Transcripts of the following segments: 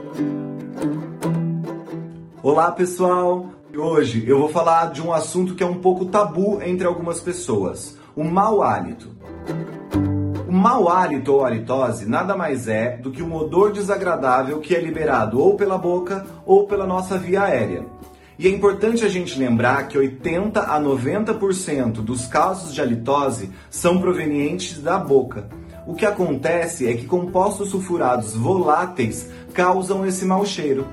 Olá pessoal! Hoje eu vou falar de um assunto que é um pouco tabu entre algumas pessoas, o mau hálito. O mau hálito ou halitose nada mais é do que um odor desagradável que é liberado ou pela boca ou pela nossa via aérea. E é importante a gente lembrar que 80 a 90% dos casos de halitose são provenientes da boca. O que acontece é que compostos sulfurados voláteis causam esse mau cheiro.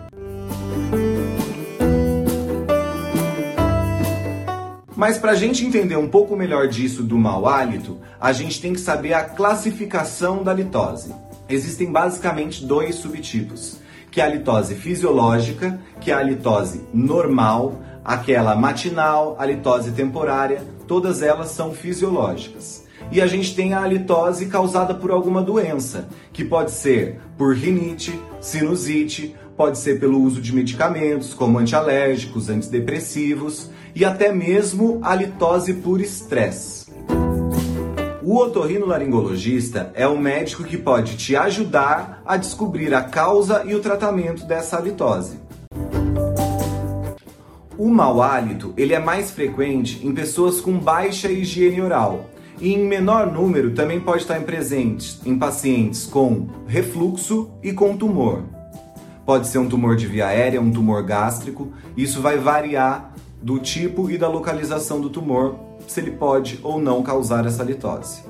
Mas para a gente entender um pouco melhor disso do mau hálito, a gente tem que saber a classificação da halitose. Existem basicamente dois subtipos, que é a halitose fisiológica, que é a halitose normal, aquela matinal, a halitose temporária, todas elas são fisiológicas. E a gente tem a halitose causada por alguma doença, que pode ser por rinite, sinusite, pode ser pelo uso de medicamentos como antialérgicos, antidepressivos e até mesmo a halitose por estresse. O otorrinolaringologista é um médico que pode te ajudar a descobrir a causa e o tratamento dessa halitose. O mau hálito ele é mais frequente em pessoas com baixa higiene oral e em menor número também pode estar presente em pacientes com refluxo e com tumor. Pode ser um tumor de via aérea, um tumor gástrico, isso vai variar do tipo e da localização do tumor, se ele pode ou não causar essa halitose.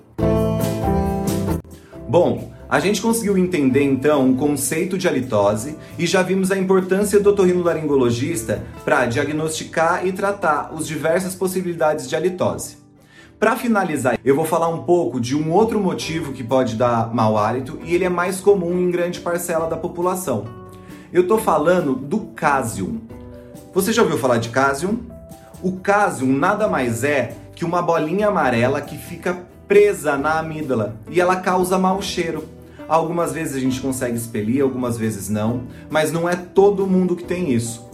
Bom, a gente conseguiu entender então o conceito de halitose e já vimos a importância do otorrinolaringologista para diagnosticar e tratar as diversas possibilidades de halitose. Para finalizar, eu vou falar um pouco de um outro motivo que pode dar mau hálito e ele é mais comum em grande parcela da população. Eu estou falando do cásium. Você já ouviu falar de cásium? O cásium nada mais é que uma bolinha amarela que fica presa na amígdala e ela causa mau cheiro. Algumas vezes a gente consegue expelir, algumas vezes não, mas não é todo mundo que tem isso.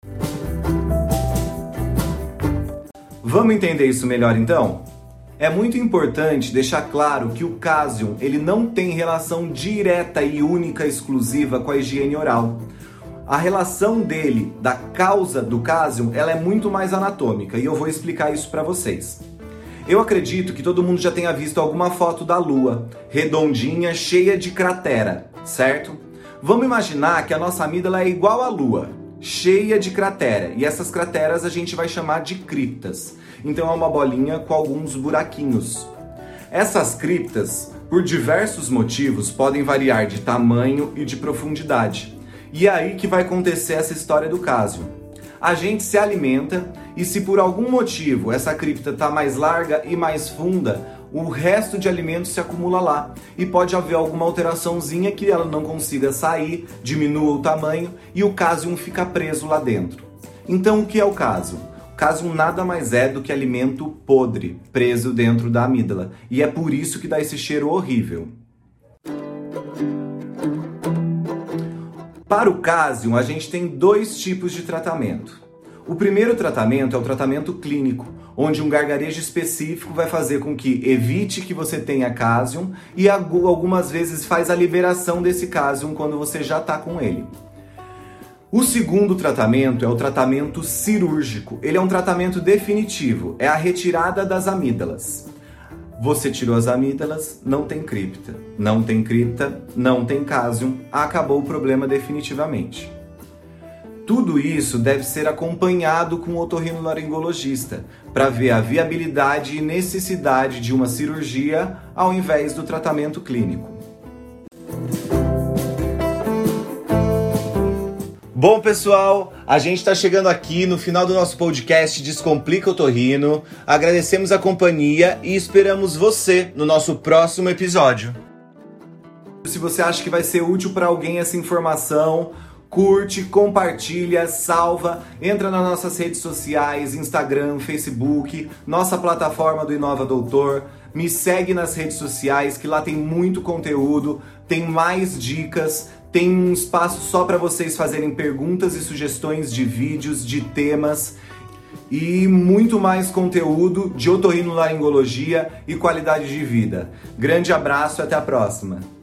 Vamos entender isso melhor então? É muito importante deixar claro que o cásium ele não tem relação direta e única exclusiva com a higiene oral. A relação dele, da causa do cásium, ela é muito mais anatômica e eu vou explicar isso para vocês. Eu acredito que todo mundo já tenha visto alguma foto da Lua, redondinha, cheia de cratera, certo? Vamos imaginar que a nossa amígdala é igual à Lua, cheia de cratera, e essas crateras a gente vai chamar de criptas. Então é uma bolinha com alguns buraquinhos. Essas criptas, por diversos motivos, podem variar de tamanho e de profundidade. E é aí que vai acontecer essa história do cásium. A gente se alimenta e se por algum motivo essa cripta está mais larga e mais funda, o resto de alimento se acumula lá e pode haver alguma alteraçãozinha que ela não consiga sair, diminua o tamanho e o cásium fica preso lá dentro. Então o que é o cásium? O cásium nada mais é do que alimento podre preso dentro da amígdala e é por isso que dá esse cheiro horrível. Para o cásium, a gente tem dois tipos de tratamento. O primeiro tratamento é o tratamento clínico, onde um gargarejo específico vai fazer com que evite que você tenha cásium e algumas vezes faz a liberação desse cásium quando você já está com ele. O segundo tratamento é o tratamento cirúrgico. Ele é um tratamento definitivo, é a retirada das amígdalas. Você tirou as amígdalas, não tem cripta. Não tem cripta, não tem cásium, acabou o problema definitivamente. Tudo isso deve ser acompanhado com o otorrinolaringologista para ver a viabilidade e necessidade de uma cirurgia ao invés do tratamento clínico. Bom, pessoal, a gente está chegando aqui no final do nosso podcast Descomplica Otorrino. Agradecemos a companhia e esperamos você no nosso próximo episódio. Se você acha que vai ser útil para alguém essa informação, curte, compartilha, salva, entra nas nossas redes sociais, Instagram, Facebook, nossa plataforma do Inova Doutor, me segue nas redes sociais que lá tem muito conteúdo, tem mais dicas, tem um espaço só para vocês fazerem perguntas e sugestões de vídeos, de temas e muito mais conteúdo de otorrinolaringologia e qualidade de vida. Grande abraço e até a próxima!